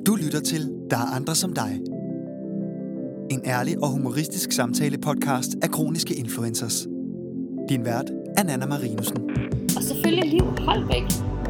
Du lytter til Der er andre som dig. En ærlig og humoristisk samtale-podcast af kroniske influencers. Din vært er Nanna Marinussen. Og selvfølgelig Liv Holbæk.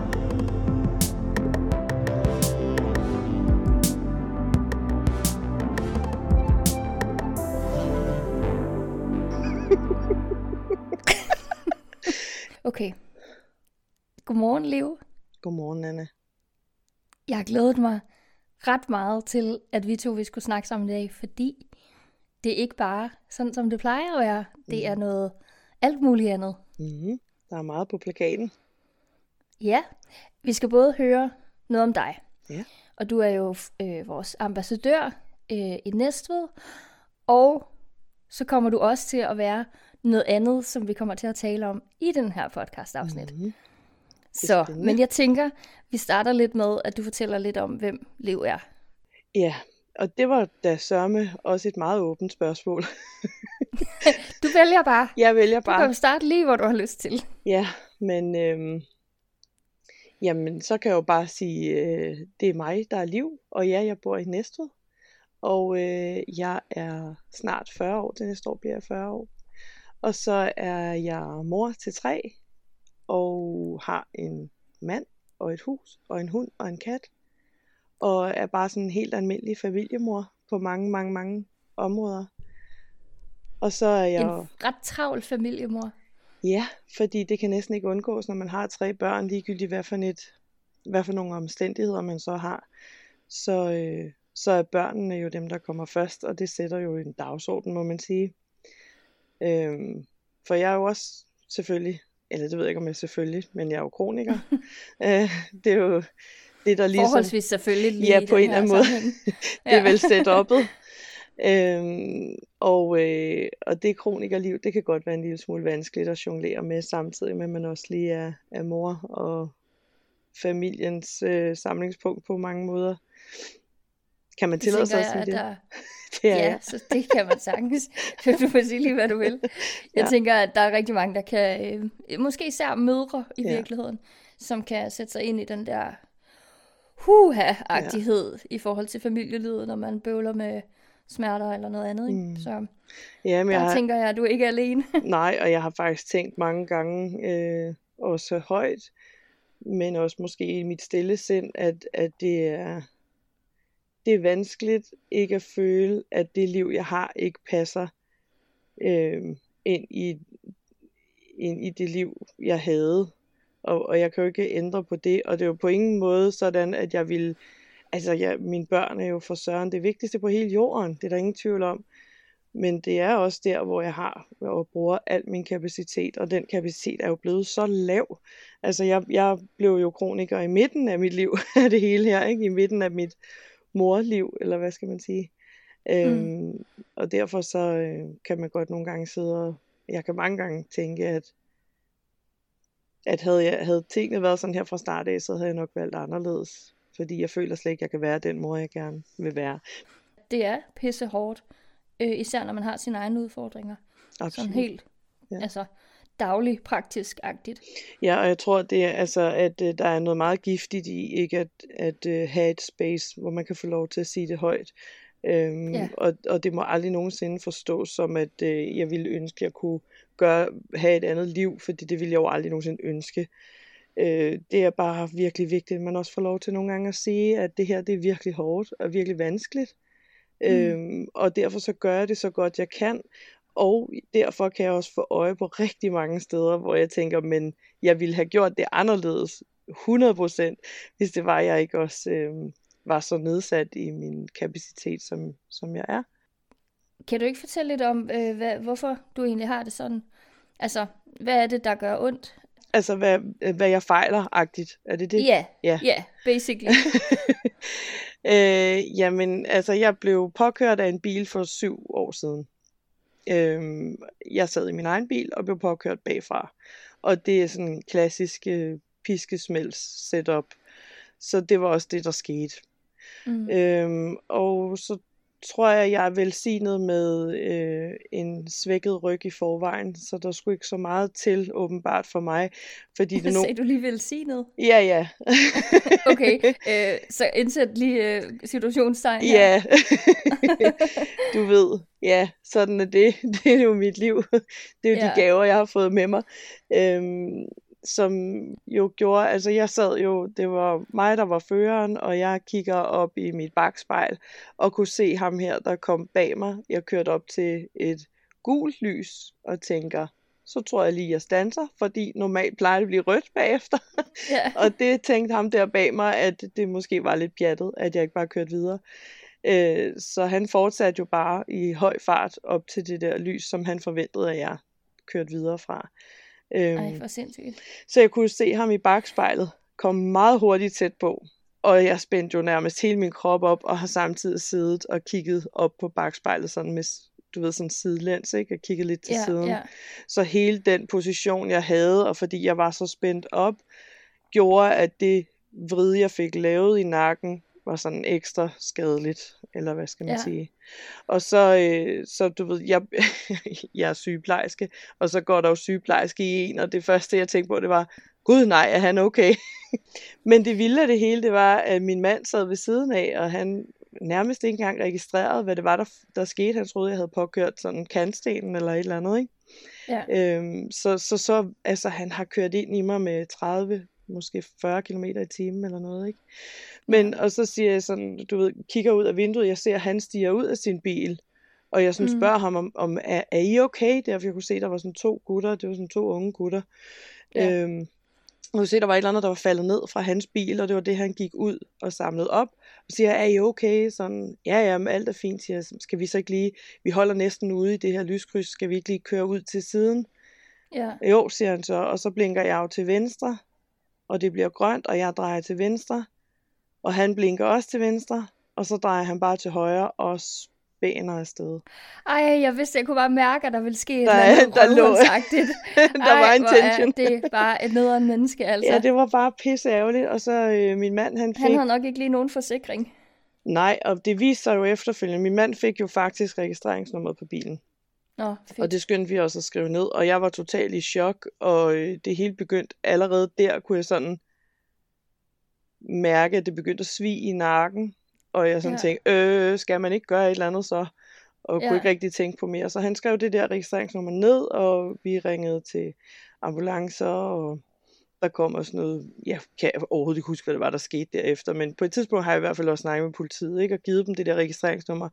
Okay. Godmorgen, Liv. Godmorgen, Nanna. Jeg har glædet mig ret meget til, at vi skulle snakke sammen i dag, fordi det er ikke bare sådan, som det plejer at være. Det er noget alt muligt andet. Mm-hmm. Der er meget på plakaten. Ja, vi skal både høre noget om dig. Ja. Og du er jo vores ambassadør i Næstved. Og så kommer du også til at være noget andet, som vi kommer til at tale om i den her podcast-afsnit. Mm-hmm. Så, men jeg tænker, vi starter lidt med, at du fortæller lidt om, hvem Liv er. Ja, og det var da sørme også et meget åbent spørgsmål. Du vælger bare. Jeg vælger bare. Du kan jo starte lige, hvor du har lyst til. Ja, men jamen, så kan jeg jo bare sige, det er mig, der er Liv, og ja, jeg bor i Næstved. Og jeg er snart 40 år, til næste år bliver jeg 40 år. Og så er jeg mor til 3, og har en mand, og et hus, og en hund, og en kat. Og er bare sådan en helt almindelig familiemor på mange områder. Og så er jeg... En ret travl familiemor. Ja, fordi det kan næsten ikke undgås, når man har 3 børn, ligegyldigt hvad for nogle omstændigheder man så har. Så er børnene jo dem, der kommer først, og det sætter jo en dagsorden, må man sige. For jeg er jo også selvfølgelig, eller det ved jeg ikke om jeg selvfølgelig, men jeg er jo kroniker. Det er jo det, der ligesom... Forholdsvis selvfølgelig lige ja, på en eller anden måde. Det er vel setup'et. Og det kronikerliv, det kan godt være en lille smule vanskeligt at jonglere med, samtidig med at man også lige er mor og familiens samlingspunkt på mange måder. Kan man tillade sig at sige det? Ja, så det kan man sagtens. Du får sige lige, hvad du vil. Jeg tænker, at der er rigtig mange, der kan, måske især mødre i virkeligheden, som kan sætte sig ind i den der agtighed i forhold til familielivet, når man bøvler med smerter eller noget andet. Ikke? Så tænker jeg, at du ikke er alene. Nej, og jeg har faktisk tænkt mange gange, også højt, men også måske i mit stille sind, at det er vanskeligt ikke at føle, at det liv, jeg har, ikke passer ind i det liv, jeg havde. Og jeg kan jo ikke ændre på det. Og det er jo på ingen måde sådan, at jeg vil... Altså, mine børn er jo for søren det vigtigste på hele jorden. Det er der ingen tvivl om. Men det er også der, hvor jeg har og bruger al min kapacitet. Og den kapacitet er jo blevet så lav. Altså, jeg blev jo kroniker i midten af mit liv. Det hele her, ikke? I midten af mit morliv, eller hvad skal man sige. Og derfor så kan man godt nogle gange sidde og... Jeg kan mange gange tænke, at havde tingene været sådan her fra start af, så havde jeg nok valgt anderledes. Fordi jeg føler slet ikke, at jeg kan være den mor, jeg gerne vil være. Det er pisse hårdt. Især når man har sine egne udfordringer. Absolut. Sådan helt daglig, praktisk-agtigt. Ja, og jeg tror, det er, altså, at der er noget meget giftigt i ikke at have et space, hvor man kan få lov til at sige det højt. Og det må aldrig nogensinde forstås som, at jeg ville ønske, at jeg kunne have et andet liv, fordi det ville jeg jo aldrig nogensinde ønske. Det er bare virkelig vigtigt, at man også får lov til nogle gange at sige, at det her det er virkelig hårdt og virkelig vanskeligt. Og derfor så gør jeg det så godt jeg kan. Og derfor kan jeg også få øje på rigtig mange steder, hvor jeg tænker, men jeg ville have gjort det anderledes 100%, hvis det var, jeg ikke også var så nedsat i min kapacitet, som jeg er. Kan du ikke fortælle lidt om, hvorfor du egentlig har det sådan? Altså, hvad er det, der gør ondt? Altså, hvad jeg fejler-agtigt. Er det det? Ja, basically. Jamen, altså, jeg blev påkørt af en bil for 7 år siden. Jeg sad i min egen bil og blev påkørt bagfra. Og det er sådan en klassisk piskesmælds setup. Så det var også det, der skete. Og så tror jeg er velsignet med en svækket ryg i forvejen, så der skulle ikke så meget til, åbenbart for mig. Fordi det Sagde du lige velsignet? Ja. Okay, så indsæt lige situationstegn her. Ja, du ved, ja, sådan er det. Det er jo mit liv. Det er jo de gaver, jeg har fået med mig. Som jo gjorde, altså jeg sad jo, det var mig, der var føreren, og jeg kigger op i mit bakspejl, og kunne se ham her, der kom bag mig. Jeg kørte op til et gult lys, og tænker, så tror jeg lige, jeg standser, fordi normalt plejer det at blive rødt bagefter. Ja. Og det tænkte ham der bag mig, at det måske var lidt pjattet, at jeg ikke bare kørte videre. Så han fortsatte jo bare i høj fart op til det der lys, som han forventede, at jeg kørte videre fra. Ej, for sindssygt. Så jeg kunne se ham i bakspejlet komme meget hurtigt tæt på. Og jeg spændte jo nærmest hele min krop op, og har samtidig siddet og kigget op på bakspejlet, sådan med, du ved, sådan sidelæns, ikke? Og kigget lidt til siden. Ja. Så hele den position, jeg havde, og fordi jeg var så spændt op, gjorde, at det vrid, jeg fik lavet i nakken, var sådan ekstra skadeligt, eller hvad skal man sige. Og så du ved, jeg er sygeplejerske, og så går der jo sygeplejerske i en, og det første, jeg tænkte på, det var, gud nej, er han okay? Men det vilde af det hele, det var, at min mand sad ved siden af, og han nærmest ikke engang registrerede, hvad det var, der skete. Han troede, jeg havde påkørt sådan kantstenen, eller et eller andet, ikke? Ja. Så altså, han har kørt ind i mig med 30, måske 40 km i timen eller noget, ikke? Men, og så siger jeg sådan, du ved, kigger ud af vinduet, jeg ser, at han stiger ud af sin bil, og jeg sådan spørger ham, om er I okay? Derfor jeg kunne se, der var sådan 2 gutter, det var sådan 2 unge gutter. Ja. Og kunne se, der var et eller andet, der var faldet ned fra hans bil, og det var det, han gik ud og samlede op, og siger, er I okay? Sådan, ja, men alt er fint, siger jeg, skal vi så ikke lige, vi holder næsten ude i det her lyskryds, skal vi ikke lige køre ud til siden? Ja. Jo, siger han så, og så blinker jeg jo til venstre, og det bliver grønt, og jeg drejer til venstre, og han blinker også til venstre, og så drejer han bare til højre, og spænder afsted. Ej, jeg vidste, jeg kunne bare mærke, at der ville ske et eller andet rødhåndsagtigt. Der var en tension. Det er bare et nederen menneske, altså. Ja, det var bare pisse ærgerligt, og så min mand, han havde nok ikke lige nogen forsikring. Nej, og det viste sig jo efterfølgende. Min mand fik jo faktisk registreringsnummeret på bilen. Nå, fedt. Og det skyndte vi også at skrive ned, og jeg var totalt i chok, og det hele begyndte allerede der, kunne jeg sådan mærke, at det begyndte at svie i nakken, og jeg sådan tænkte, skal man ikke gøre et eller andet så? Og kunne ikke rigtig tænke på mere. Så han skrev det der registreringsnummer ned, og vi ringede til ambulancer, og der kom også noget, jeg kan overhovedet ikke huske, hvad det var, der skete derefter, men på et tidspunkt har jeg i hvert fald også snakket med politiet, ikke, og givet dem det der registreringsnummer.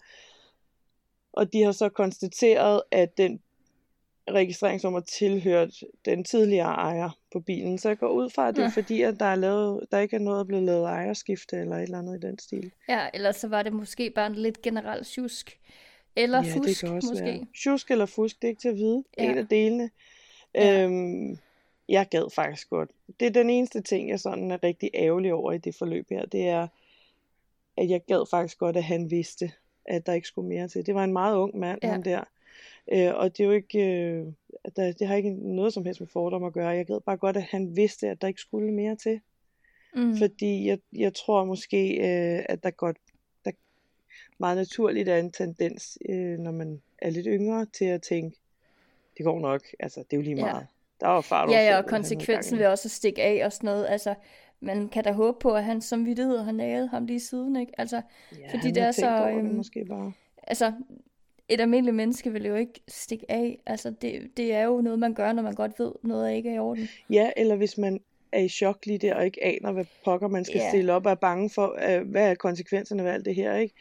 Og de har så konstateret, at den registreringsnummer tilhørte den tidligere ejer på bilen. Så jeg går ud fra, at det er fordi, at der ikke er noget blevet lavet ejerskifte eller et eller andet i den stil. Ja, eller så var det måske bare en lidt generelt sjusk. Eller fusk, det kan også måske. Være. Sjusk eller fusk, det er ikke til at vide. Ja. En af delene. Ja. Jeg gad faktisk godt. Det er den eneste ting, jeg sådan er rigtig ærgerlig over i det forløb her. Det er, at jeg gad faktisk godt, at han vidste, at der ikke skulle mere til. Det var en meget ung mand, ham der. Og det er jo ikke, det har ikke noget som helst med fordom at gøre. Jeg gad bare godt, at han vidste, at der ikke skulle mere til. Fordi jeg tror måske, at der meget naturligt er en tendens, når man er lidt yngre, til at tænke, det går nok, altså det er jo lige meget. Der var fart over. Ja, og konsekvensen vil også stikke af og sådan noget. Altså, man kan da håbe på, at han samvittighed har naget ham lige siden, ikke? Altså, fordi det er så måske bare. Altså, et almindeligt menneske vil jo ikke stikke af. Altså, det er jo noget, man gør, når man godt ved, noget ikke er i orden. Ja, eller hvis man er i chok lige der, og ikke aner, hvad pokker man skal stille op, og er bange for, hvad er konsekvenserne af alt det her, ikke?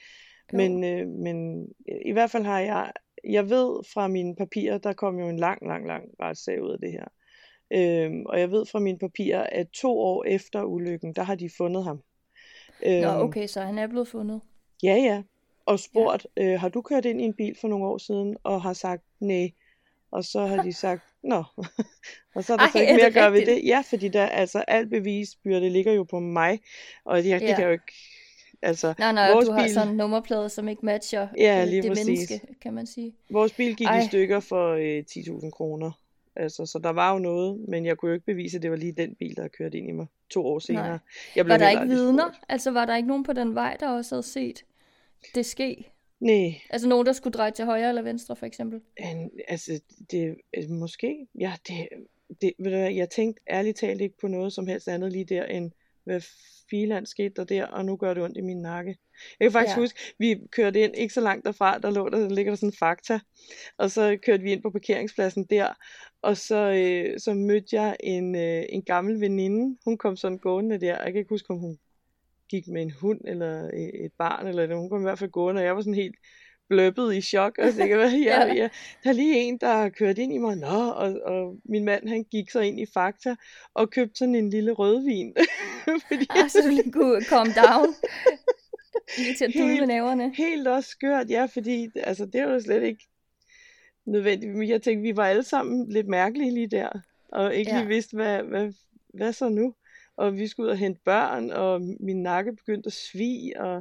Men i hvert fald har jeg ved fra mine papirer, der kom jo en lang retssag ud af det her. Og jeg ved fra mine papirer, at 2 år efter ulykken, der har de fundet ham. Nå, okay, så han er blevet fundet. Ja. Og spurgt, har du kørt ind i en bil for nogle år siden, og har sagt nej. Og så har de sagt, nå. Og så er der så ikke mere at gøre ved det. Ja, fordi der, altså, alt bevisbyrde ligger jo på mig, og det kan jo ikke. Altså, nej, du har sådan en nummerplade, som ikke matcher det menneske, kan man sige. Vores bil gik i stykker for 10.000 kroner. Altså, så der var jo noget, men jeg kunne jo ikke bevise, at det var lige den bil, der kørte ind i mig 2 år senere. Var der ikke vidner? Altså, var der ikke nogen på den vej, der også havde set det ske? Nej, Altså nogen, der skulle dreje til højre eller venstre, for eksempel? altså, måske, ja, ved du hvad, jeg tænkte ærligt talt ikke på noget som helst andet lige der, end hvad filan skete der, og nu gør det ondt i min nakke. Jeg kan faktisk huske, vi kørte ind ikke så langt derfra, der ligger der sådan en Fakta, og så kørte vi ind på parkeringspladsen der, og så mødte jeg en gammel veninde, hun kom sådan gående der, jeg kan ikke huske, om hun gik med en hund, eller et barn, eller hun kom i hvert fald gående, og jeg var sådan helt bløbbet i chok, og sikkert, der er lige en, der har kørt ind i mig, og min mand, han gik så ind i Fakta, og købte sådan en lille rødvin. Så du lige kunne calm down, lige til at dulle med næverne. Helt også skørt, ja, fordi, altså, det var jo slet ikke nødvendigt, men jeg tænkte, vi var alle sammen lidt mærkelige lige der, og ikke lige vidste, hvad så nu? Og vi skulle ud og hente børn, og min nakke begyndte at svie, og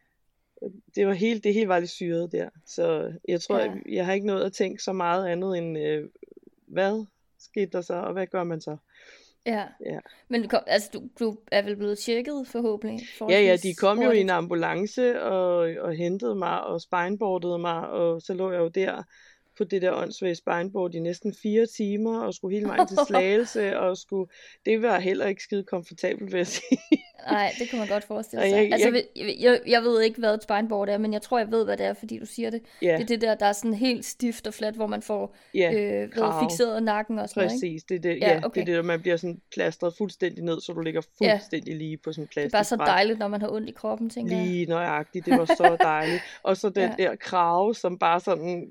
det hele var lidt syret der. Så jeg tror, jeg har ikke nået at tænke så meget andet end, hvad skete der så, og hvad gør man så? Ja. Men du er vel blevet tjekket forhåbentlig? Ja, de kom jo i en ambulance og hentede mig og spineboardede mig, og så lå jeg jo der på det der åndssvage spineboard i næsten 4 timer, og skulle hele vejen til Slagelse, og det var heller ikke skide komfortabelt, vil jeg sige. Nej, det kan man godt forestille sig. Jeg ved ikke, hvad et spineboard er, men jeg tror, jeg ved, hvad det er, fordi du siger det. Det er det der er sådan helt stift og fladt, hvor man får fikseret nakken og sådan noget. Præcis, det er det der, man bliver sådan plastret fuldstændig ned, så du ligger fuldstændig lige på sådan en plastik. Det er bare så dejligt, når man har ondt i kroppen, tænker jeg. Lige nøjagtigt, det var så dejligt. Og så den der krave, som bare sådan,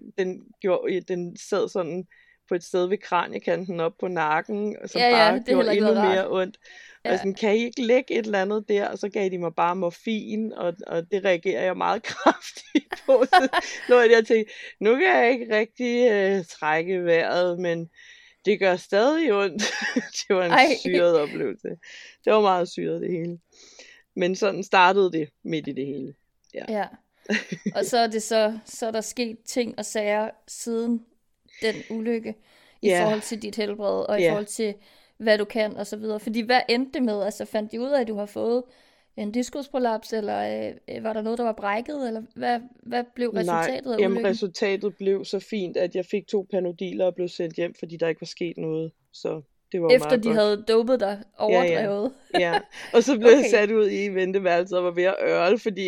den sad sådan på et sted ved kraniekanten op på nakken, som bare gjorde endnu mere ondt. Og sådan, kan I ikke lægge et eller andet der? Og så gav de mig bare morfin, og det reagerer jeg meget kraftigt på. Så lå jeg der og tænkte, nu kan jeg ikke rigtig trække vejret, men det gør stadig ondt. Det var en syret oplevelse. Det var meget syret det hele. Men sådan startede det midt i det hele. Ja. Og så er der sket ting og sager siden den ulykke, i forhold til dit helbred, og i forhold til hvad du kan, og så videre. Fordi hvad endte det med? Altså fandt de ud af, at du har fået en diskusprolaps, eller var der noget, der var brækket, eller hvad blev resultatet af ulykken? Resultatet blev så fint, at jeg fik 2 Panodiler og blev sendt hjem, fordi der ikke var sket noget. Så det var efter meget de godt. Havde dopet dig overdrevet. Ja. Og så blev jeg sat ud i venteværelset og var ved at ørle, fordi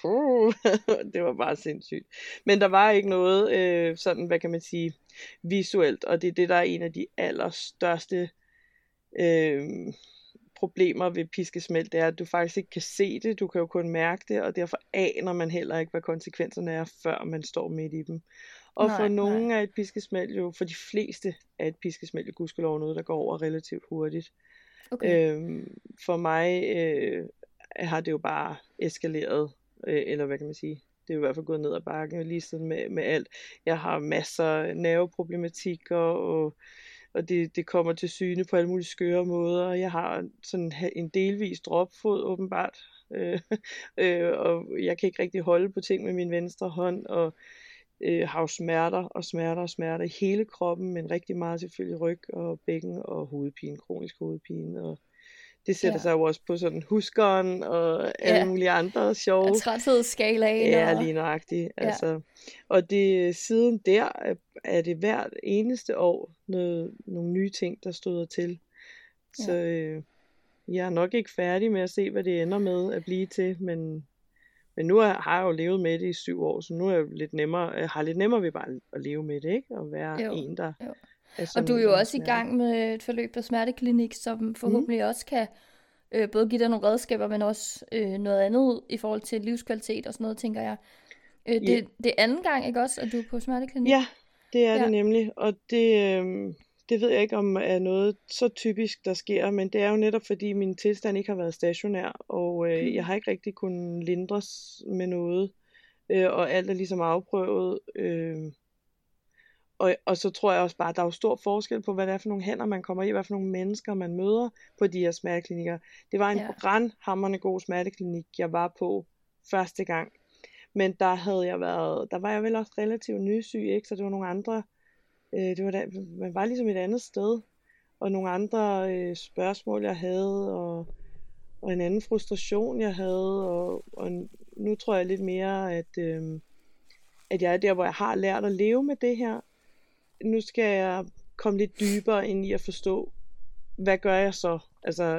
det var bare sindssygt. Men der var ikke noget sådan, hvad kan man sige, visuelt, og det er det, der er en af de allerstørste problemer ved piskesmæld, det er, at du faktisk ikke kan se det, du kan jo kun mærke det, og derfor aner man heller ikke, hvad konsekvenserne er, før man står midt i dem. Og for nogle er et piskesmæld jo, for de fleste er et piskesmæld jo gudskelov noget, der går over relativt hurtigt. Okay. For mig har det jo bare eskaleret, eller hvad kan man sige, det er i hvert fald gået ned ad bakken, lige sådan med alt. Jeg har masser af nerveproblematikker, og det kommer til syne på alle mulige skøre måder. Jeg har sådan en delvis dropfod åbenbart, og jeg kan ikke rigtig holde på ting med min venstre hånd, og har jo smerter i hele kroppen, men rigtig meget selvfølgelig ryg og bækken og hovedpine, kronisk hovedpine, og det sætter sig jo også på sådan huskeren og alle mulige andre sjove. Træthedsskalaen. Ja, lige nøjagtigt. Altså. Og det, siden der er det hvert eneste år nogle nye ting, der støder til. Så jeg er nok ikke færdig med at se, hvad det ender med at blive til, men nu har jeg jo levet med det i 7 år, så nu er jeg lidt nemmere ved bare at leve med det, ikke? Og være en, der... Og du er jo også i gang med et forløb på smerteklinik, som forhåbentlig også kan både give dig nogle redskaber, men også noget andet i forhold til livskvalitet og sådan noget, tænker jeg. Det er anden gang, ikke også, at du er på smerteklinik? Ja, det er det nemlig, og det ved jeg ikke, om er noget så typisk, der sker, men det er jo netop, fordi min tilstand ikke har været stationær, og jeg har ikke rigtig kunnet lindres med noget, og alt er ligesom afprøvet, og så tror jeg også bare, at der er jo stor forskel på, hvad det er for nogle hænder, man kommer i, hvad for nogle mennesker, man møder på de her smerteklinikker. Det var en brandhamrende god smerteklinik, jeg var på første gang. Men der var jeg vel også relativt nysyg, ikke? Så det var nogle andre, man var ligesom et andet sted, og nogle andre spørgsmål, jeg havde, og en anden frustration, jeg havde, og nu tror jeg lidt mere, at at jeg er der, hvor jeg har lært at leve med det her. Nu skal jeg komme lidt dybere ind i at forstå, hvad gør jeg så? Altså,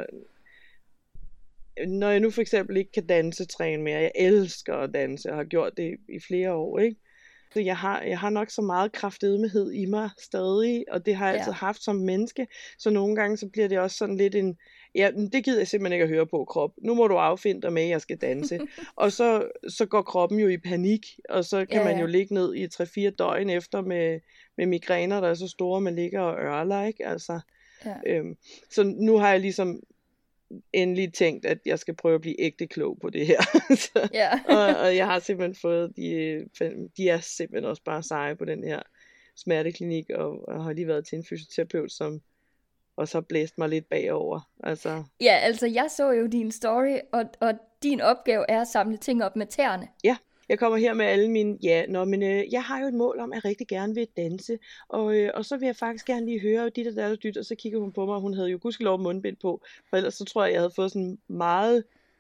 når jeg nu for eksempel ikke kan dansetræne mere, jeg elsker at danse, og har gjort det i flere år, ikke? Så jeg har nok så meget kraftedemhed i mig stadig, og det har jeg altid haft som menneske, så nogle gange så bliver det også sådan lidt en, ja, det gider jeg simpelthen ikke at høre på, krop. Nu må du affinde dig med, at jeg skal danse. Og så går kroppen jo i panik, og så kan man jo ligge ned i 3-4 døgn efter med migræner, der er så store, man ligger og ørler, ikke? Altså, så nu har jeg ligesom endelig tænkt, at jeg skal prøve at blive ægte klog på det her. Så, og jeg har simpelthen fået, de er simpelthen også bare seje på den her smerteklinik, og har lige været til en fysioterapeut, som også har blæst mig lidt bagover. Altså. Ja, altså jeg så jo din story, og din opgave er at samle ting op med tæerne. Ja. Jeg kommer her med alle mine, jeg har jo et mål om, at jeg rigtig gerne vil danse, og så vil jeg faktisk gerne lige høre dit og dat og dyt, og så kigger hun på mig, og hun havde jo gudskelov mundbind på, for ellers så tror jeg havde fået sådan meget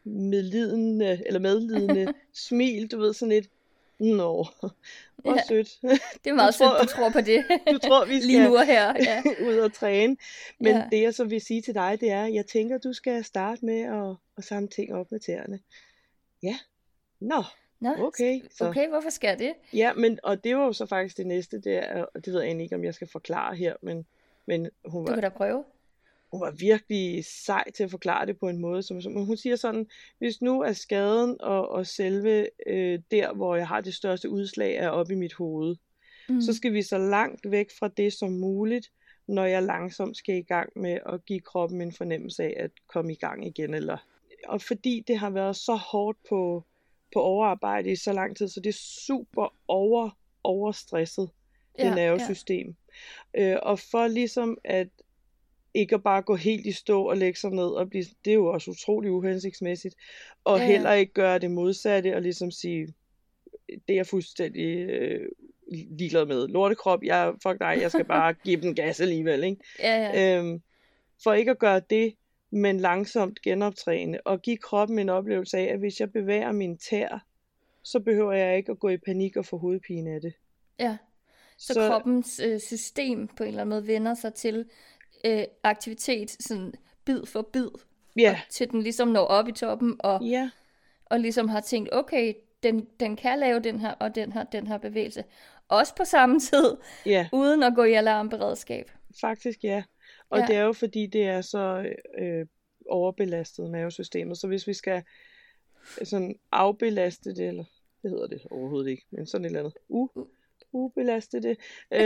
medlidende smil, du ved, sådan et, hvor sødt. Det er meget sødt, du tror på det. Du tror, vi skal lige nu og her, ud og træne, men det jeg så vil sige til dig, det er, jeg tænker, du skal starte med at samle ting op med tæerne. Ja, okay. Okay, hvorfor skal det? Ja, og det var jo så faktisk det næste, det ved jeg egentlig ikke, om jeg skal forklare her, men hun var... Du kan da prøve. Hun var virkelig sej til at forklare det på en måde, som hun siger sådan, hvis nu er skaden og selve der, hvor jeg har det største udslag, er oppe i mit hoved, så skal vi så langt væk fra det som muligt, når jeg langsomt skal i gang med at give kroppen en fornemmelse af at komme i gang igen. Og fordi det har været så hårdt på overarbejde i så lang tid, så det er super overstresset, det nervesystem. Og for ligesom at ikke at bare gå helt i stå og lægge sig ned og blive, det er jo også utrolig uhensigtsmæssigt, og heller ikke gøre det modsatte og ligesom sige, det er jeg fuldstændig ligeglad med. Lortekrop, fuck dig, jeg skal bare give den gas alligevel, ikke? For ikke at gøre det, men langsomt genoptræne og give kroppen en oplevelse af, at hvis jeg bevæger min tær, så behøver jeg ikke at gå i panik og få hovedpine af det. Ja, så kroppens system på en eller anden måde vender sig til aktivitet sådan bid for bid, og til den ligesom når op i toppen, og ligesom har tænkt, okay, den kan lave den her og den her bevægelse, også på samme tid, uden at gå i alarmberedskab. Faktisk og det er jo fordi det er så overbelastet nervesystemet, så hvis vi skal sådan afbelaste det, eller det hedder det overhovedet ikke, men sådan et eller andet ubelaste det,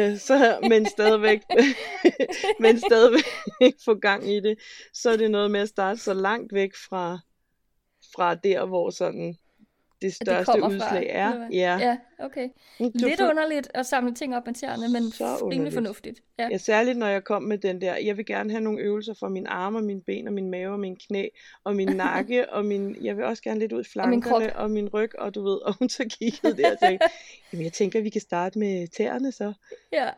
men stadigvæk få gang i det, så er det noget med at starte så langt væk fra der, hvor sådan det største udslag er. Ja, okay. Lidt underligt at samle ting op med tæerne, men rimelig fornuftigt. Ja, særligt når jeg kom med den der, jeg vil gerne have nogle øvelser for mine arme og mine ben og min mave og min knæ og min nakke og jeg vil også gerne lidt ud i flankerne og min ryg, og du ved, og hun så kiggede der og tænkte, jamen jeg tænker, vi kan starte med tæerne så. Ja.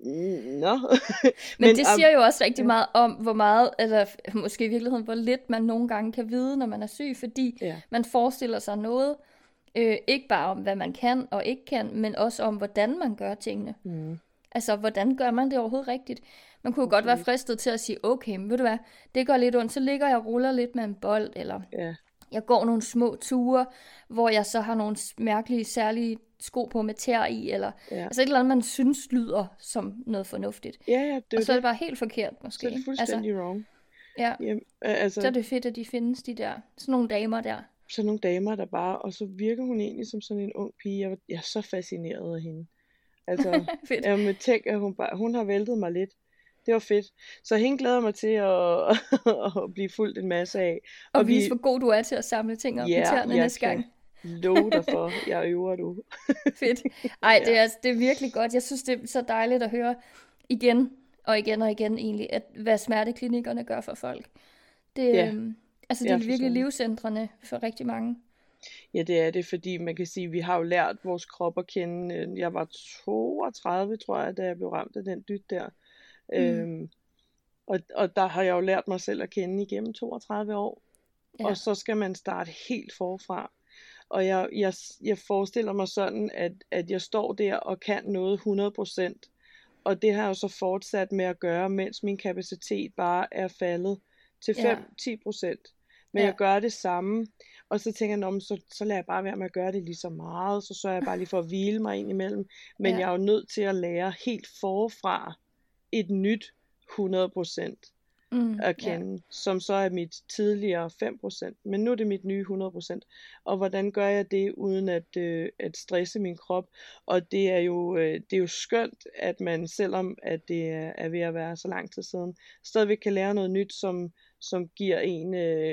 Men det siger jo også rigtig meget om, hvor meget, eller måske i virkeligheden, hvor lidt man nogle gange kan vide, når man er syg, fordi man forestiller sig noget, ikke bare om, hvad man kan og ikke kan, men også om, hvordan man gør tingene. Altså, hvordan gør man det overhovedet rigtigt? Man kunne jo godt være fristet til at sige, okay, men ved du hvad, det gør lidt ondt, så ligger jeg og ruller lidt med en bold, eller jeg går nogle små ture, hvor jeg så har nogle mærkelige, særlige sko på med tær i, eller altså et eller andet, man synes lyder som noget fornuftigt. Og så er det bare helt forkert, måske. Så er det fuldstændig wrong. Ja, så er det fedt, at de findes, de der, sådan nogle damer der. Sådan nogle damer, der bare, og så virker hun egentlig som sådan en ung pige. Jeg er så fascineret af hende. Altså, jeg tænker, at hun har væltet mig lidt. Det var fedt. Så hende glæder mig til at blive fuldt en masse af. Og vise, hvor god du er til at samle ting op i tæerne næste gang. Love dig for, jeg øver du. Fedt. Ej, det er virkelig godt. Jeg synes, det er så dejligt at høre igen og igen egentlig, at hvad smerteklinikkerne gør for folk. Det er virkelig livsændrende for rigtig mange. Ja, det er det, fordi man kan sige, at vi har jo lært vores krop at kende. Jeg var 32, tror jeg, da jeg blev ramt af den dyt der. Og der har jeg jo lært mig selv at kende igennem 32 år. Og så skal man starte helt forfra. Og jeg forestiller mig sådan, at jeg står der og kan noget 100%. Og det har jeg jo så fortsat med at gøre, mens min kapacitet bare er faldet til 5-10%. Men jeg gør det samme, og så tænker jeg, så lader jeg bare være med at gøre det lige så meget, så sørger jeg bare lige for at hvile mig ind imellem. Men jeg er jo nødt til at lære helt forfra et nyt 100% at kende, som så er mit tidligere 5%, men nu er det mit nye 100%. Og hvordan gør jeg det uden at stresse min krop? Og det er jo skønt, at man, selvom at det er ved at være så lang tid siden, stadigvæk kan lære noget nyt, som giver en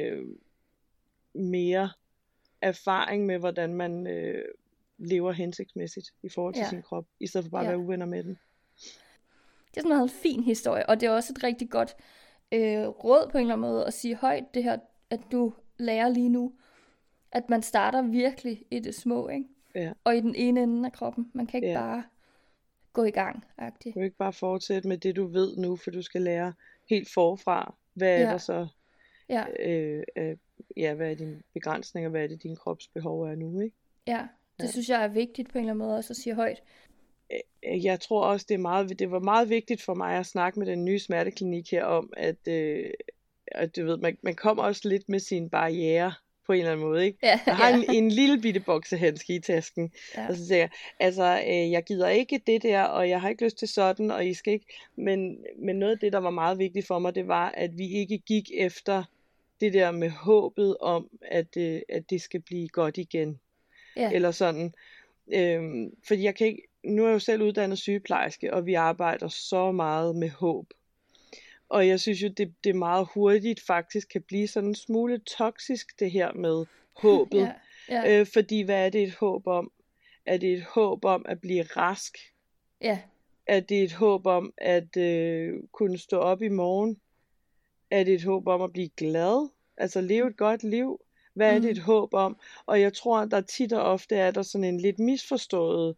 mere erfaring med, hvordan man lever hensigtsmæssigt i forhold til sin krop, i stedet for bare at være uvenner med den. Det er sådan en meget fin historie, og det er også et rigtig godt råd på en eller anden måde at sige højt det her, at du lærer lige nu, at man starter virkelig i det små, ikke? Ja. Og i den ene ende af kroppen. Man kan ikke bare gå i gang. Du kan ikke bare fortsætte med det, du ved nu, for du skal lære helt forfra. Hvad er der så? Hvad er dine begrænsninger? Hvad er det, din krops behov er nu, ikke? Ja, det synes jeg er vigtigt på en eller anden måde også at sige højt. Jeg tror også, det var meget vigtigt for mig at snakke med den nye smerteklinik her om, at du ved, man kommer også lidt med sine barrierer på en eller anden måde, ikke? Jeg har en lille bitte boksehandske i tasken, og så siger jeg, altså, jeg gider ikke det der, og jeg har ikke lyst til sådan, og I skal ikke, men noget af det, der var meget vigtigt for mig, det var, at vi ikke gik efter det der med håbet om, at det skal blive godt igen, eller sådan, fordi jeg kan ikke, nu er jeg jo selv uddannet sygeplejerske, og vi arbejder så meget med håb. Og jeg synes jo, det meget hurtigt faktisk kan blive sådan en smule toksisk, det her med håbet. Fordi hvad er det et håb om? Er det et håb om at blive rask? Ja. Er det et håb om at kunne stå op i morgen? Er det et håb om at blive glad? Altså leve et godt liv? Hvad er det et håb om? Og jeg tror, at der tit og ofte er der sådan en lidt misforstået,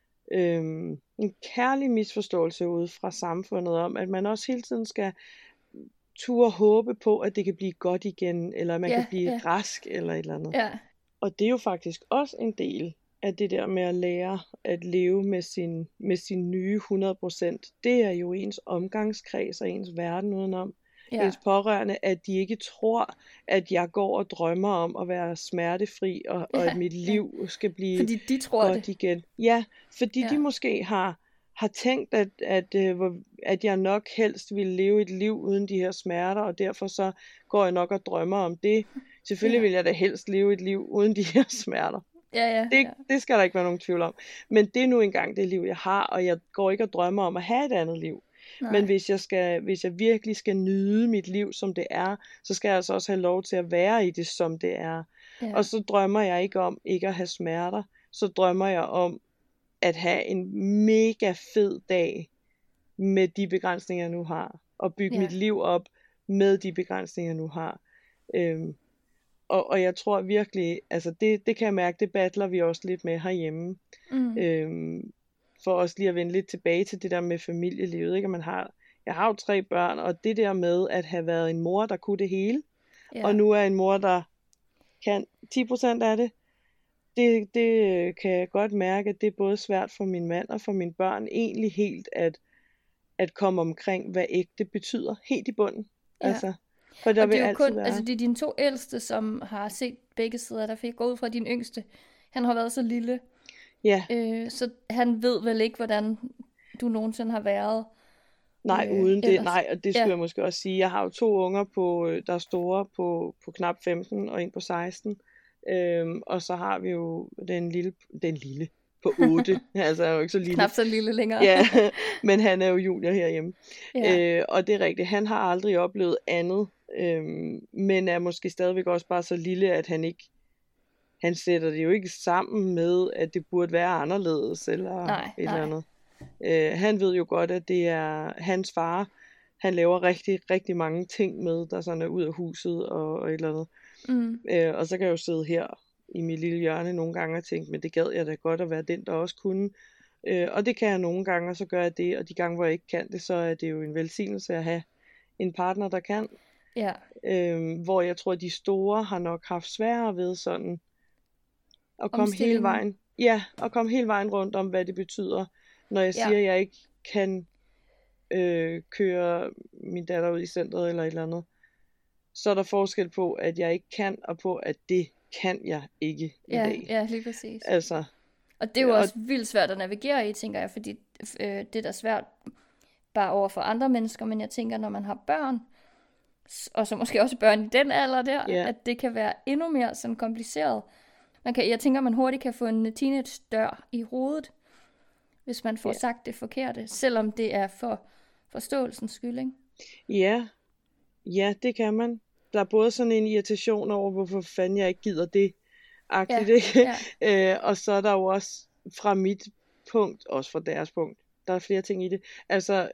en kærlig misforståelse ude fra samfundet om, at man også hele tiden skal turde håbe på, at det kan blive godt igen, eller man kan blive rask, eller et eller andet. Og det er jo faktisk også en del af det der med at lære at leve med sin nye 100%. Det er jo ens omgangskreds og ens verden udenom. Ens pårørende, at de ikke tror, at jeg går og drømmer om at være smertefri, og at mit liv skal blive fordi de tror godt igen. Ja, fordi de måske har tænkt, at jeg nok helst ville leve et liv uden de her smerter, og derfor så går jeg nok og drømmer om det. Selvfølgelig vil jeg da helst leve et liv uden de her smerter. Det skal der ikke være nogen tvivl om. Men det er nu engang det liv, jeg har, og jeg går ikke og drømmer om at have et andet liv. Nej. Men hvis jeg virkelig skal nyde mit liv, som det er, så skal jeg altså også have lov til at være i det, som det er. Og så drømmer jeg ikke om ikke at have smerter. Så drømmer jeg om at have en mega fed dag med de begrænsninger, jeg nu har. Og bygge mit liv op med de begrænsninger, jeg nu har. Og jeg tror virkelig, altså det kan jeg mærke, det battler vi også lidt med herhjemme. For også lige at vende lidt tilbage til det der med familielivet, ikke? Jeg har jo 3 børn, og det der med at have været en mor, der kunne det hele, og nu er en mor, der kan 10% af det, det kan jeg godt mærke, at det er både svært for min mand og for mine børn, egentlig helt at komme omkring, hvad ægte betyder, helt i bunden. Altså, for der og vil det er jo altid kun, være. altså det er dine 2 ældste, som har set begge sider, der fik gå ud fra din yngste. Han har været så lille. Ja. Så han ved vel ikke, hvordan du nogensinde har været. Nej, uden det. Nej, og det skulle jeg måske også sige. Jeg har jo 2 unger, der er store på knap 15 og en på 16. Og så har vi jo den lille på 8. Altså er jo ikke så lille. Knap så lille længere. Ja, men han er jo junior herhjemme. Og det er rigtigt. Han har aldrig oplevet andet. Men er måske stadigvæk også bare så lille, at han sætter det jo ikke sammen med, at det burde være anderledes, eller et eller andet. Han ved jo godt, at det er hans far. Han laver rigtig, rigtig mange ting med, der sådan er ud af huset, og et eller andet. Og så kan jeg jo sidde her i mit lille hjørne nogle gange og tænke, men det gad jeg da godt at være den, der også kunne. Og det kan jeg nogle gange, og så gør jeg det. Og de gange, hvor jeg ikke kan det, så er det jo en velsignelse at have en partner, der kan. Hvor jeg tror, at de store har nok haft sværere ved sådan Og komme hele vejen. Ja, og komme hele vejen rundt om, hvad det betyder, når jeg siger, at jeg ikke kan køre min datter ud i centret eller et eller andet. Så er der forskel på, at jeg ikke kan, og på, at det kan jeg ikke i dag. Ja, lige præcis. Altså, og det er jo også vildt svært at navigere i, tænker jeg, fordi det er da svært bare over for andre mennesker, men jeg tænker, når man har børn, og så måske også børn i den alder der, at det kan være endnu mere sådan kompliceret. Jeg tænker, man hurtigt kan få en teenage dør i hovedet, hvis man får sagt det forkerte, selvom det er for forståelsens skyld, ikke? Ja, det kan man. Der er både sådan en irritation over, hvorfor fanden jeg ikke gider det, ikke? Og så er der jo også fra mit punkt, også fra deres punkt, der er flere ting i det. Altså,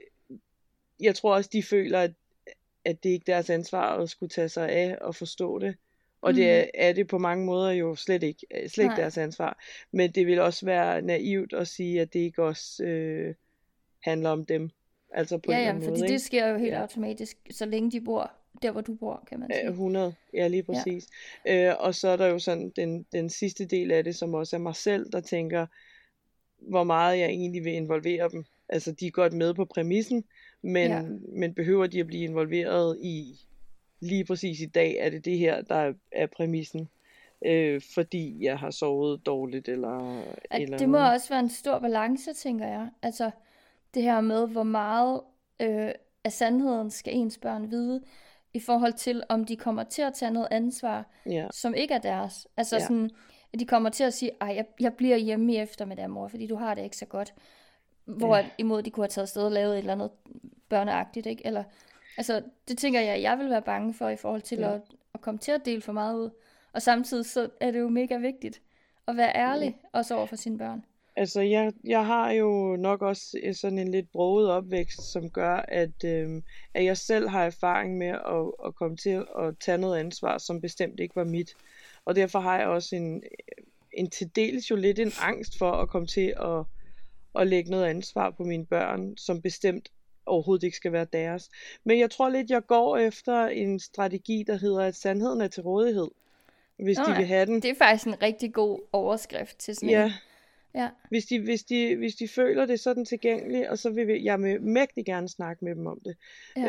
jeg tror også, de føler, at det ikke er deres ansvar at skulle tage sig af og forstå det. Og det er det på mange måder jo slet ikke deres ansvar. Men det vil også være naivt at sige, at det ikke også handler om dem. Altså på en måde, fordi det sker jo helt automatisk, så længe de bor der, hvor du bor, kan man sige. 100, ja, lige præcis. Og så er der jo sådan den sidste del af det, som også er mig selv, der tænker, hvor meget jeg egentlig vil involvere dem. Altså, de er godt med på præmissen, men behøver de at blive involveret i, lige præcis i dag, er det her, der er præmissen, fordi jeg har sovet dårligt, eller det må også være en stor balance, tænker jeg. Altså, det her med, hvor meget af sandheden skal ens børn vide, i forhold til, om de kommer til at tage noget ansvar, som ikke er deres. Altså sådan, at de kommer til at sige, jeg bliver hjemme i eftermiddag, mor, fordi du har det ikke så godt. Hvor imod de kunne have taget afsted og lavet et eller andet børneagtigt, ikke? Eller, altså, det tænker jeg vil være bange for, i forhold til at komme til at dele for meget ud. Og samtidig så er det jo mega vigtigt at være ærlig, også over for sine børn. Altså, jeg har jo nok også sådan en lidt broget opvækst, som gør, at jeg selv har erfaring med at komme til at tage noget ansvar, som bestemt ikke var mit. Og derfor har jeg også en til dels jo lidt en angst for at komme til at lægge noget ansvar på mine børn, som bestemt overhovedet ikke skal være deres. Men jeg tror lidt, jeg går efter en strategi, der hedder, at sandheden er til rådighed, hvis de vil have den. Det er faktisk en rigtig god overskrift til sådan en. Ja. Hvis de føler det, så er den tilgængelig, og så vil jeg mægtig gerne snakke med dem om det.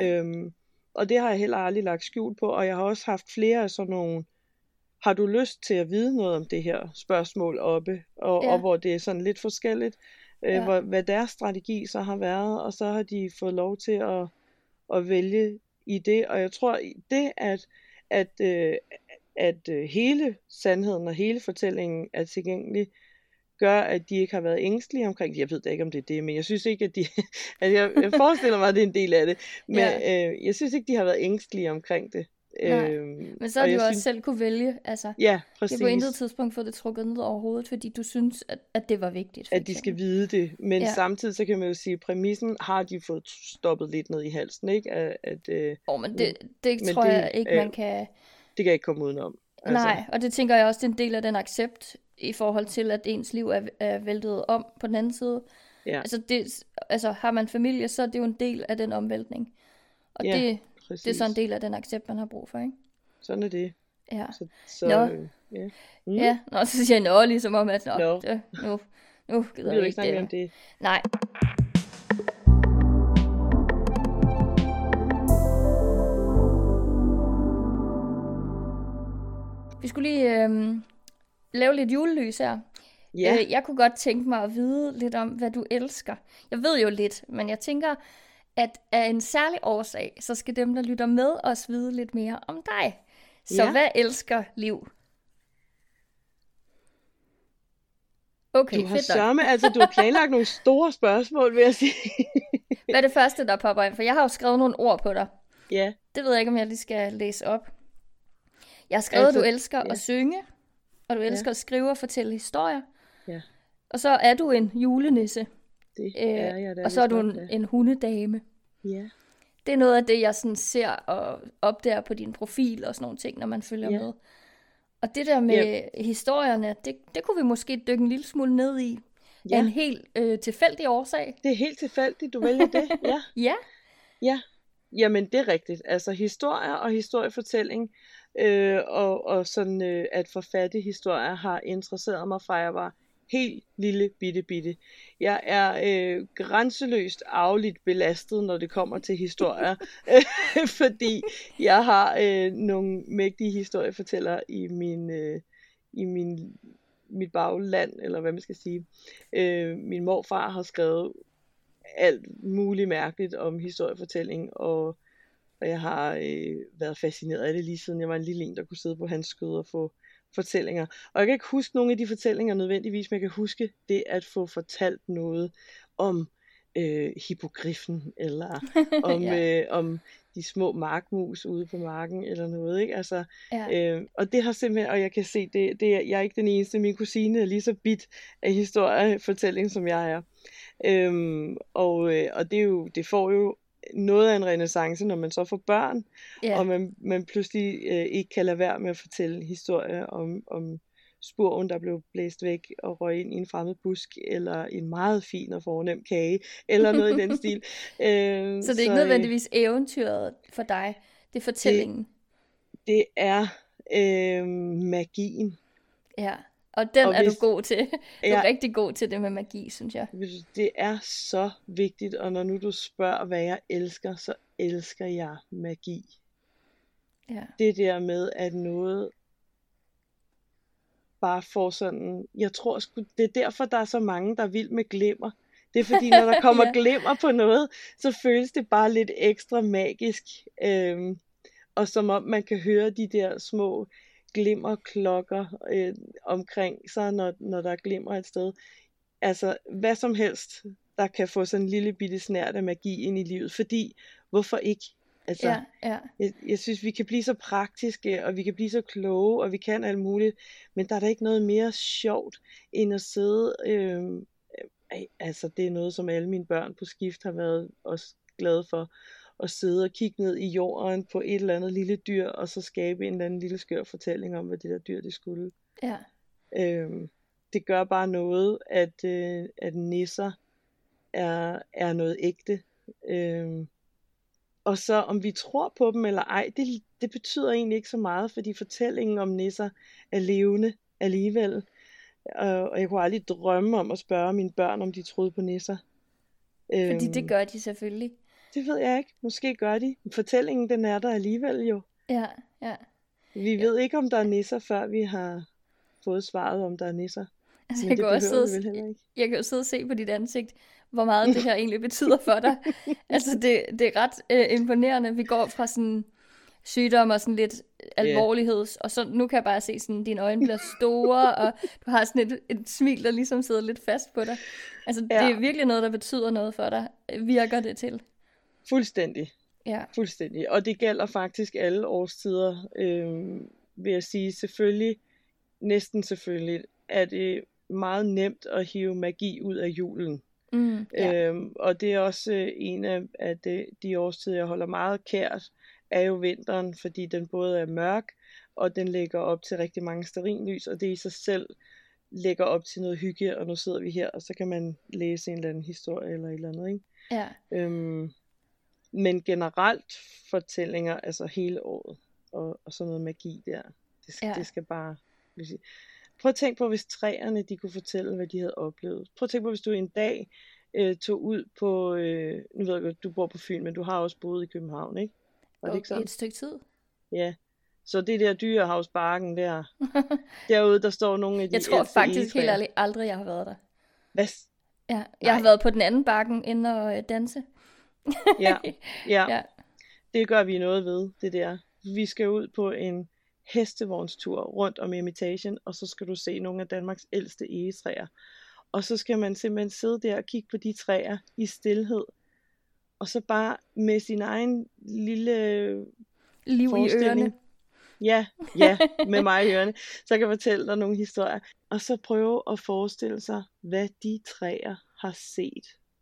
Og det har jeg heller aldrig lagt skjul på, og jeg har også haft flere af sådan nogle, har du lyst til at vide noget om det her spørgsmål oppe, og hvor det er sådan lidt forskelligt, hvad deres strategi så har været, og så har de fået lov til at vælge i det, og jeg tror det, at hele sandheden og hele fortællingen er tilgængelig, gør, at de ikke har været ængstelige omkring det. Jeg ved da ikke, om det er det, men jeg synes ikke, at de... altså, jeg forestiller mig, at det er en del af det, men jeg synes ikke, de har været ængstelige omkring det. Men så har du også selv kunne vælge, altså. Ja, præcis. Jeg på intet tidspunkt få det trukket ned over hovedet, fordi du synes, at det var vigtigt. At de skal vide det, men samtidig så kan man jo sige, at præmissen har de fået stoppet lidt ned i halsen, ikke? Men det tror jeg ikke, man kan... Det kan ikke komme udenom. Altså. Nej, og det tænker jeg også, det er en del af den accept, i forhold til, at ens liv er væltet om på den anden side. Ja. Altså har man familie, så er det jo en del af den omvæltning. Og det er så en del af den accept, man har brug for, ikke? Sådan er det. Ja. Så siger jeg ligesom om, at nu gider jeg ikke snakke om det. Nej. Vi skulle lige lave lidt julelys her. Jeg kunne godt tænke mig at vide lidt om, hvad du elsker. Jeg ved jo lidt, men jeg tænker, at af en særlig årsag, så skal dem, der lytter med, også vide lidt mere om dig. Så hvad elsker Liv? Okay, du har du har planlagt nogle store spørgsmål, vil jeg sige. Hvad er det første, der popper ind? For jeg har jo skrevet nogle ord på dig. Ja. Det ved jeg ikke, om jeg lige skal læse op. Jeg har skrevet, at du elsker at synge, og du elsker at skrive og fortælle historier. Ja. Og så er du en julenisse. Det er jeg da. Og så er du en hundedame. Ja. Det er noget af det, jeg sådan ser og opdager på din profil og sådan nogle ting, når man følger med. Og det der med historierne, det kunne vi måske dykke en lille smule ned i. Af en helt tilfældig årsag. Det er helt tilfældigt, du vælger det. Ja. Jamen, det er rigtigt. Altså historier og historiefortælling og sådan at forfatte historier har interesseret mig fra jeg var helt lille bitte. Jeg er grænseløst arveligt belastet, når det kommer til historier, fordi jeg har nogle mægtige historiefortællere i mit bagland, eller hvad man skal sige. Min morfar har skrevet alt muligt mærkeligt om historiefortælling, og jeg har været fascineret af det lige siden jeg var en lille en, der kunne sidde på hans skød og få fortællinger. Og jeg kan ikke huske nogle af de fortællinger nødvendigvis, men jeg kan huske det at få fortalt noget om hippogriffen, eller om de små markmus ude på marken, eller noget, ikke? Altså, og det har simpelthen, og jeg kan se, jeg er ikke den eneste, min kusine er lige så bit af historiefortælling, som jeg er. Og det får jo noget af en renæssance, når man så får børn, og man pludselig ikke kan lade være med at fortælle historier om spurven, der blev blæst væk og røg ind i en fremmed busk, eller en meget fin og fornem kage, eller noget i den stil. Så det er ikke nødvendigvis eventyret for dig, det er fortællingen? Det er magien. Ja, og er du god til. Du er rigtig god til det med magi, synes jeg. Det er så vigtigt, og når nu du spørger, hvad jeg elsker, så elsker jeg magi. Ja. Det der med, at noget bare får sådan, jeg tror sgu, det er derfor, der er så mange, der er vild med glimmer. Det er fordi, når der kommer glimmer på noget, så føles det bare lidt ekstra magisk. Og som om man kan høre de der små glimmerklokker omkring sig, når der glimmer et sted. Altså, hvad som helst, der kan få sådan en lille bitte snært af magi ind i livet. Fordi, hvorfor ikke? Altså, jeg synes, vi kan blive så praktiske, og vi kan blive så kloge, og vi kan alt muligt, men der er da ikke noget mere sjovt, end at sidde, altså det er noget, som alle mine børn på skift har været også glade for, at sidde og kigge ned i jorden på et eller andet lille dyr, og så skabe en eller anden lille skør fortælling om, hvad det der dyr, det skulle. Ja. Det gør bare noget, at nisser er noget ægte. Og så om vi tror på dem eller ej, det betyder egentlig ikke så meget, fordi fortællingen om nisser er levende alligevel. Og jeg kunne aldrig drømme om at spørge mine børn, om de troede på nisser. Fordi det gør de selvfølgelig. Det ved jeg ikke. Måske gør de. Fortællingen, den er der alligevel jo. Ja. Vi ved ikke, om der er nisser, før vi har fået svaret, om der er nisser. Altså, jeg kan jo sidde og se på dit ansigt, hvor meget det her egentlig betyder for dig. Altså, det er ret imponerende. Vi går fra sådan sygdom og sådan lidt alvorlighed, og så nu kan jeg bare se sådan, dine øjne bliver store, og du har sådan et smil, der ligesom sidder lidt fast på dig. Altså, det er virkelig noget, der betyder noget for dig. Virker det til? Fuldstændig. Ja. Fuldstændig. Og det gælder faktisk alle årstider, vil jeg sige. Selvfølgelig, næsten selvfølgelig, er det meget nemt at hive magi ud af julen. Og det er også en af de årstider, jeg holder meget kært, er jo vinteren, fordi den både er mørk, og den lægger op til rigtig mange stearinlys, og det i sig selv lægger op til noget hygge, og nu sidder vi her, og så kan man læse en eller anden historie eller et eller andet, ikke? Ja. Men generelt fortællinger, altså hele året, og sådan noget magi der, det skal bare, prøv at tænke på, hvis træerne, de kunne fortælle, hvad de havde oplevet. Prøv at tænke på, hvis du en dag tog ud på, nu ved jeg godt, du bor på Fyn, men du har også boet i København, ikke? Var det ikke sådan? Et stykke tid. Ja, så det der Dyrehavsbakken der, derude, der står nogle af de jeg tror faktisk helt ærligt aldrig, jeg har været der. Hvad? Ja, jeg har været på den anden bakken inde og danse. ja. Det gør vi noget ved, det der. Vi skal ud på en hestevornstur rundt om Hermitage, og så skal du se nogle af Danmarks ældste egetræer. Og så skal man simpelthen sidde der og kigge på de træer i stilhed. Og så bare med sin egen lille liv i ørerne. Ja, med mig i ørerne. Så kan jeg fortælle dig nogle historier. Og så prøve at forestille sig, hvad de træer har set.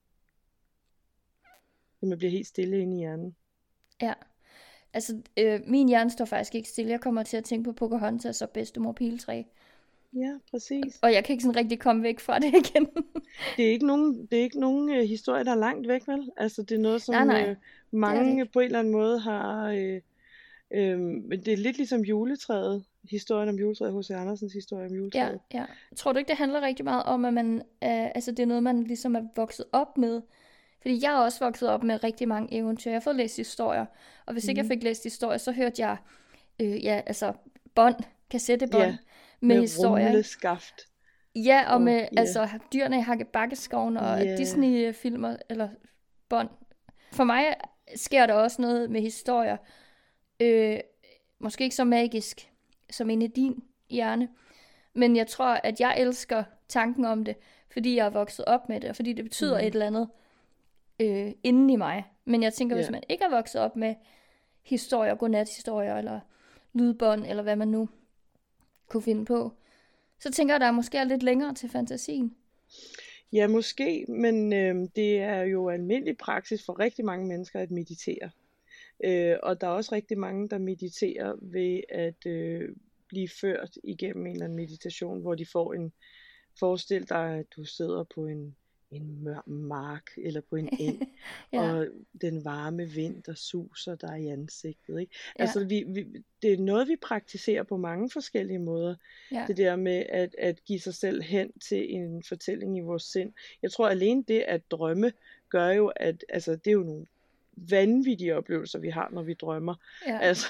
Så man bliver helt stille inde i hjernen. Ja. Altså, min hjerne står faktisk ikke stille. Jeg kommer til at tænke på Pocahontas og bedstemor Piletræ. Ja, præcis. Og jeg kan ikke sådan rigtig komme væk fra det igen. Det er ikke nogen historie, der er langt væk, vel? Altså, det er noget, som mange på en eller anden måde Men det er lidt ligesom juletræet, historien om juletræet, H.C. Andersens historie om juletræet. Ja. Tror du ikke, det handler rigtig meget om, at man, altså det er noget, man ligesom er vokset op med? Fordi jeg er også vokset op med rigtig mange eventyr. Jeg har fået læst historier, og hvis ikke jeg fik læst historier, så hørte jeg, bånd, kassettebånd med historier. Rumleskaft. Ja, og med altså dyrene i Hakkebakkeskoven og Disney-filmer eller bånd. For mig sker der også noget med historier. Måske ikke så magisk som inde i din hjerne, men jeg tror, at jeg elsker tanken om det, fordi jeg er vokset op med det, og fordi det betyder et eller andet inden i mig. Men jeg tænker, hvis man ikke er vokset op med historier, godnathistorier, eller lydbånd, eller hvad man nu kunne finde på, så tænker jeg, der måske er lidt længere til fantasien. Ja, måske, men det er jo almindelig praksis for rigtig mange mennesker at meditere. Og der er også rigtig mange, der mediterer ved at blive ført igennem en eller anden meditation, hvor de får forestil dig, at du sidder på en mørk mark eller på en eng, og den varme vind, der suser dig i ansigtet. Ikke? Ja. Altså, det er noget, vi praktiserer på mange forskellige måder. Ja. Det der med at give sig selv hen til en fortælling i vores sind. Jeg tror alene det at drømme gør jo, at altså, det er jo nogle vanvittige oplevelser, vi har, når vi drømmer. Ja. Altså,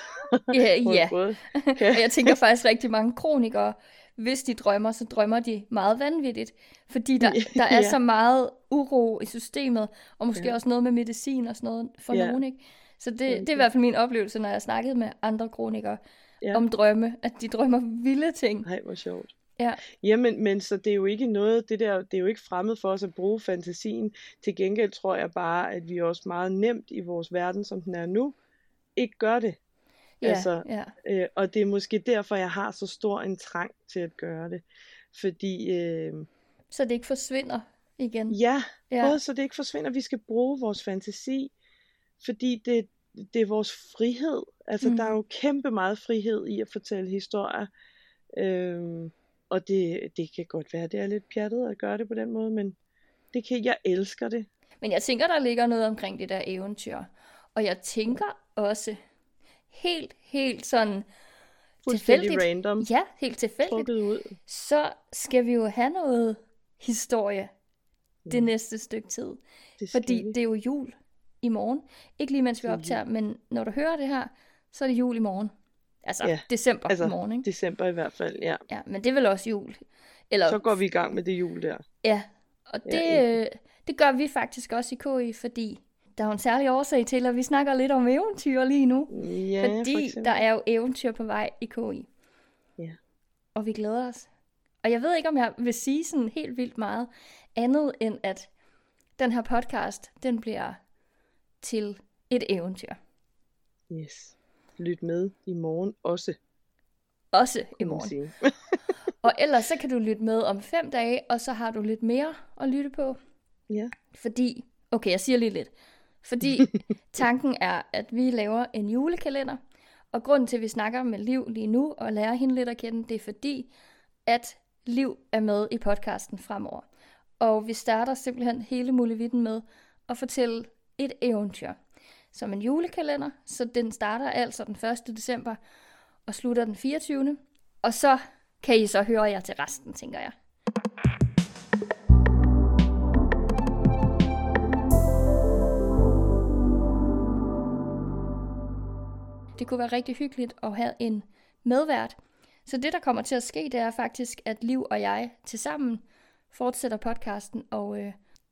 og jeg tænker faktisk rigtig mange kronikere, hvis de drømmer, så drømmer de meget vanvittigt. Fordi der er så meget uro i systemet, og måske også noget med medicin og sådan noget for nogen, ikke? Så det er i hvert fald min oplevelse, når jeg har snakket med andre kronikere om drømme, at de drømmer vilde ting. Nej, hvor sjovt. Ja. Jamen, men så det er jo ikke noget, det er jo ikke fremmed for os at bruge fantasien. Til gengæld tror jeg bare, at vi også meget nemt i vores verden, som den er nu, ikke gør det. Og det er måske derfor, jeg har så stor en trang til at gøre det. Fordi så det ikke forsvinder igen. Ja, både så det ikke forsvinder. Vi skal bruge vores fantasi, fordi det er vores frihed. Altså der er jo kæmpe meget frihed i at fortælle historier. Og det kan godt være, det er lidt pjattet at gøre det på den måde, men jeg elsker det. Men jeg tænker, der ligger noget omkring det der eventyr. Og jeg tænker også helt sådan tilfældigt. Random. Ja, helt tilfældigt. Ud. Så skal vi jo have noget historie det næste stykke tid. Fordi det er jo jul i morgen. Ikke lige mens vi optager, men når du hører det her, så er det jul i morgen. Altså december i morgen, ikke? December i hvert fald, ja. Ja, men det er vel også jul. Eller, så går vi i gang med det jul der. Ja, og det gør vi faktisk også i KI, fordi der er en særlig årsag til, at vi snakker lidt om eventyr lige nu. Ja, fordi der er jo eventyr på vej i KI. Ja. Og vi glæder os. Og jeg ved ikke, om jeg vil sige sådan helt vildt meget andet, end at den her podcast, den bliver til et eventyr. Yes. Lyt med i morgen også. Også i morgen. Og ellers så kan du lytte med om 5 dage, og så har du lidt mere at lytte på. Ja. Fordi, okay, jeg siger lige lidt. Fordi tanken er, at vi laver en julekalender. Og grunden til, at vi snakker med Liv lige nu, og lærer hende lidt at kende, det er fordi, at Liv er med i podcasten fremover. Og vi starter simpelthen hele muligheden med at fortælle et eventyr. Som en julekalender, så den starter altså den 1. december og slutter den 24. Og så kan I så høre jer til resten, tænker jeg. Det kunne være rigtig hyggeligt at have en medvært. Så det, der kommer til at ske, det er faktisk, at Liv og jeg tilsammen fortsætter podcasten. Og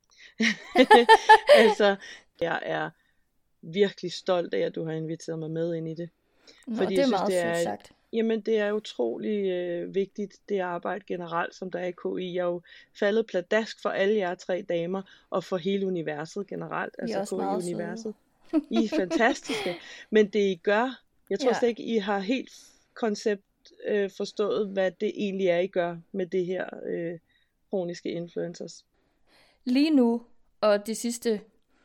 altså, jeg er virkelig stolt af, at du har inviteret mig med ind i det. Fordi det er meget sødt sagt. Jamen, det er utrolig vigtigt, det arbejde generelt, som der er i KI. Jeg er jo faldet pladask for alle jer 3 damer, og for hele universet generelt. Altså KI-universet. I er fantastiske. Men det I gør, jeg tror slet ikke, I har helt forstået, hvad det egentlig er, I gør med det her kroniske influencers. Lige nu, og det sidste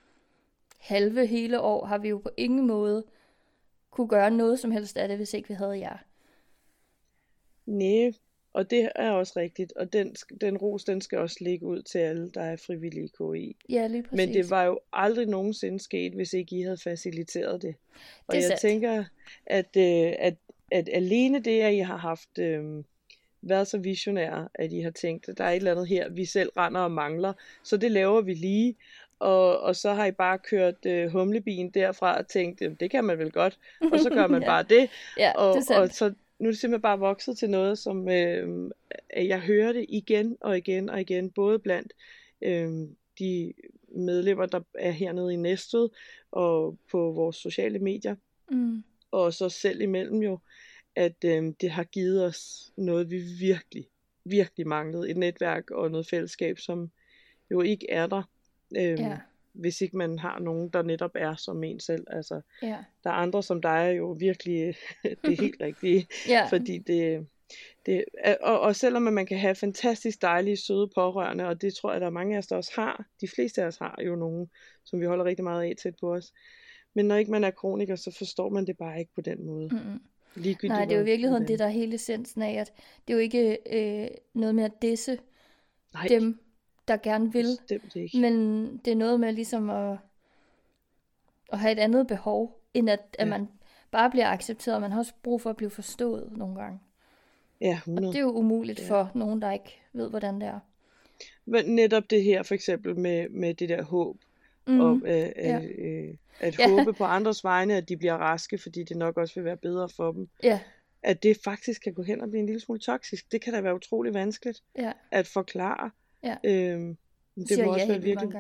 hele år, har vi jo på ingen måde kunne gøre noget som helst af det, hvis ikke vi havde jer. Nej, Og det er også rigtigt, og den ros, den skal også ligge ud til alle, der er frivillige i KI. Ja, lige præcis. Men det var jo aldrig nogensinde sket, hvis ikke I havde faciliteret det. Og Det er jeg sandt. tænker, at alene det, at I har haft været så visionære, at I har tænkt, at der er et eller andet her, vi selv render og mangler, så det laver vi lige. Og så har I bare kørt humlebien derfra og tænkt, det kan man vel godt, og så gør man Ja. bare det. Ja, Og, det er sandt. og så nu er det simpelthen bare vokset til noget, som jeg hører det igen og igen og igen, både blandt de medlemmer, der er hernede i Næstved, og på vores sociale medier, og så selv imellem jo, at det har givet os noget, vi virkelig, virkelig manglede. Et netværk og noget fællesskab, som jo ikke er der, hvis ikke man har nogen, der netop er som en selv. Altså, der er andre som dig er jo virkelig det helt rigtige, fordi og selvom man kan have fantastisk dejlige, søde pårørende, og det tror jeg, der er mange af os, der også har, de fleste af os har jo nogen, som vi holder rigtig meget af tæt på os. Men når ikke man er kroniker, så forstår man det bare ikke på den måde. Nej, det er jo i virkeligheden det, der er hele essensen af, at det er jo ikke noget med at disse dem, der gerne vil, men det er noget med ligesom at have et andet behov, end at man bare bliver accepteret, og man har også brug for at blive forstået nogle gange. Ja, 100. Og det er jo umuligt for nogen, der ikke ved, hvordan det er. Men netop det her, for eksempel med det der håb, og at håbe på andres vegne, at de bliver raske, fordi det nok også vil være bedre for dem. At det faktisk kan gå hen og blive en lille smule toksisk. Det kan da være utrolig vanskeligt at forklare. Det må også være virkelig...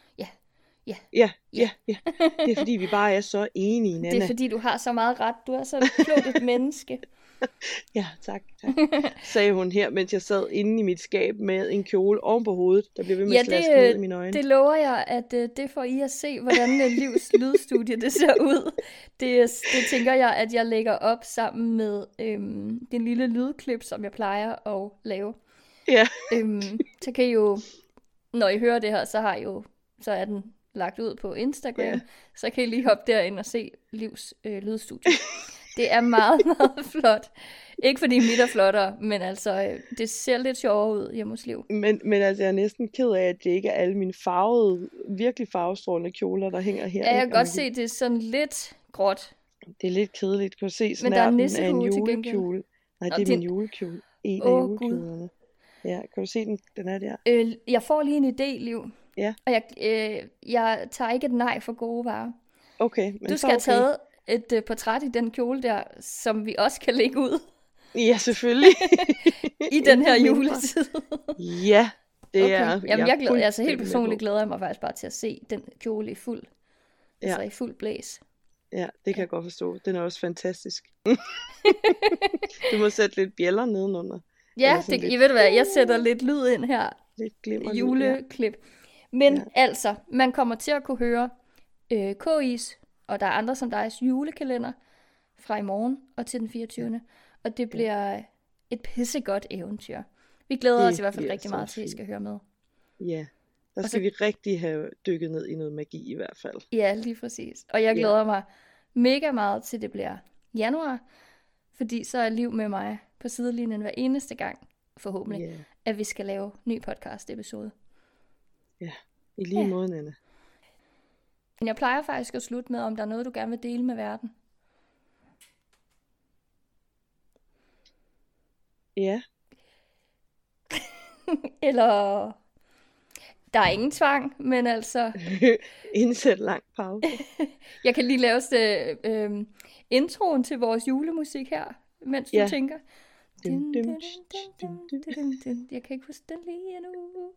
Ja. Det er fordi, vi bare er så enige, Nanna. Det er fordi, du har så meget ret. Du er så klogt et menneske. Ja, tak. Sagde hun her, mens jeg sad inde i mit skab med en kjole oven på hovedet, der blev ved med at slaske ned i mine øjne. Det lover jeg, at det får I at se, hvordan Livs lydstudie det ser ud. Det tænker jeg, at jeg lægger op sammen med den lille lydklip, som jeg plejer at lave. Ja. Så kan I jo, når I hører det her, så er den lagt ud på Instagram, så kan I lige hoppe derind og se Livs lydstudie. Det er meget, meget flot. Ikke fordi mit er flottere, men altså, det ser lidt sjovere ud hjemme hos Liv. Men altså, jeg er næsten ked af, at det ikke er alle mine virkelig farvestrålende kjoler, der hænger her. Ja, jeg kan godt se, at det er sådan lidt gråt. Det er lidt kedeligt. Kan du se snærten af en julekjole? Nej, det er min julekjole. En af julekjolerne. Ja, kan du se den? Den er der. Jeg får lige en idé, Liv. Ja. Og jeg tager ikke et nej for gode varer. Okay, men du skal have taget et portræt i den kjole der, som vi også kan lægge ud. Ja, selvfølgelig. I den her juletid. Ja, det er. Jamen, jeg glæder, altså helt personligt glæder jeg mig faktisk bare til at se den kjole i fuld. Altså i fuld blæs. Ja, det kan jeg godt forstå. Den er også fantastisk. Du må sætte lidt bjæller nedenunder. Ja, I ved hvad, jeg sætter lidt lyd ind her. Lidt glimmer juleklip. Men altså, man kommer til at kunne høre KI's, og der er andre som dig, julekalender fra i morgen og til den 24. Og det bliver et pissegodt eventyr. Vi glæder os i hvert fald rigtig meget til, at I skal høre med. Ja, der skal vi rigtig have dykket ned i noget magi i hvert fald. Ja, lige præcis. Og jeg glæder mig mega meget til, det bliver januar, fordi så er Liv med mig på sidelinjen hver eneste gang, forhåbentlig, at vi skal lave ny podcast episode. Ja, i lige måde, Nanna. Men jeg plejer faktisk at slutte med, om der er noget, du gerne vil dele med verden. Ja. Eller, der er ingen tvang, men altså... Indsæt lang pause. Jeg kan lige lave introen til vores julemusik her, mens du tænker. Jeg kan ikke huske den lige endnu.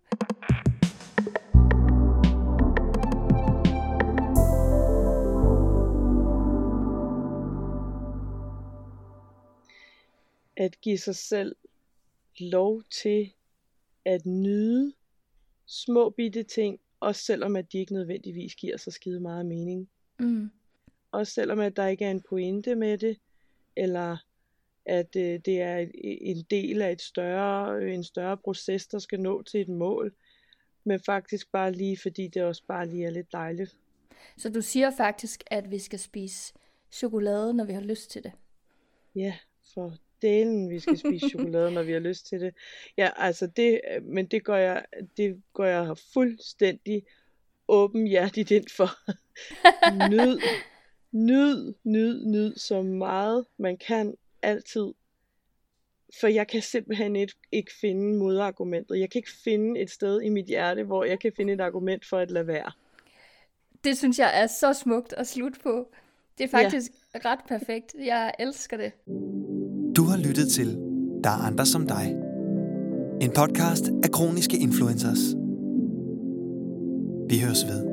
At give sig selv lov til at nyde små bitte ting, også selvom at de ikke nødvendigvis giver så skide meget mening. Også selvom at der ikke er en pointe med det, eller at det er en del af en større proces, der skal nå til et mål, men faktisk bare lige, fordi det også bare lige er lidt dejligt. Så du siger faktisk, at vi skal spise chokolade, når vi har lyst til det? Ja, for delen, vi skal spise chokolade, når vi har lyst til det. Ja, altså men det går jeg fuldstændig åbenhjertigt ind for. Nyd så meget man kan altid. For jeg kan simpelthen ikke finde modargumentet. Jeg kan ikke finde et sted i mit hjerte, hvor jeg kan finde et argument for at lade være. Det synes jeg er så smukt at slutte på. Det er faktisk ret perfekt. Jeg elsker det. Du har lyttet til Der er andre som dig. En podcast af kroniske influencers. Vi høres ved.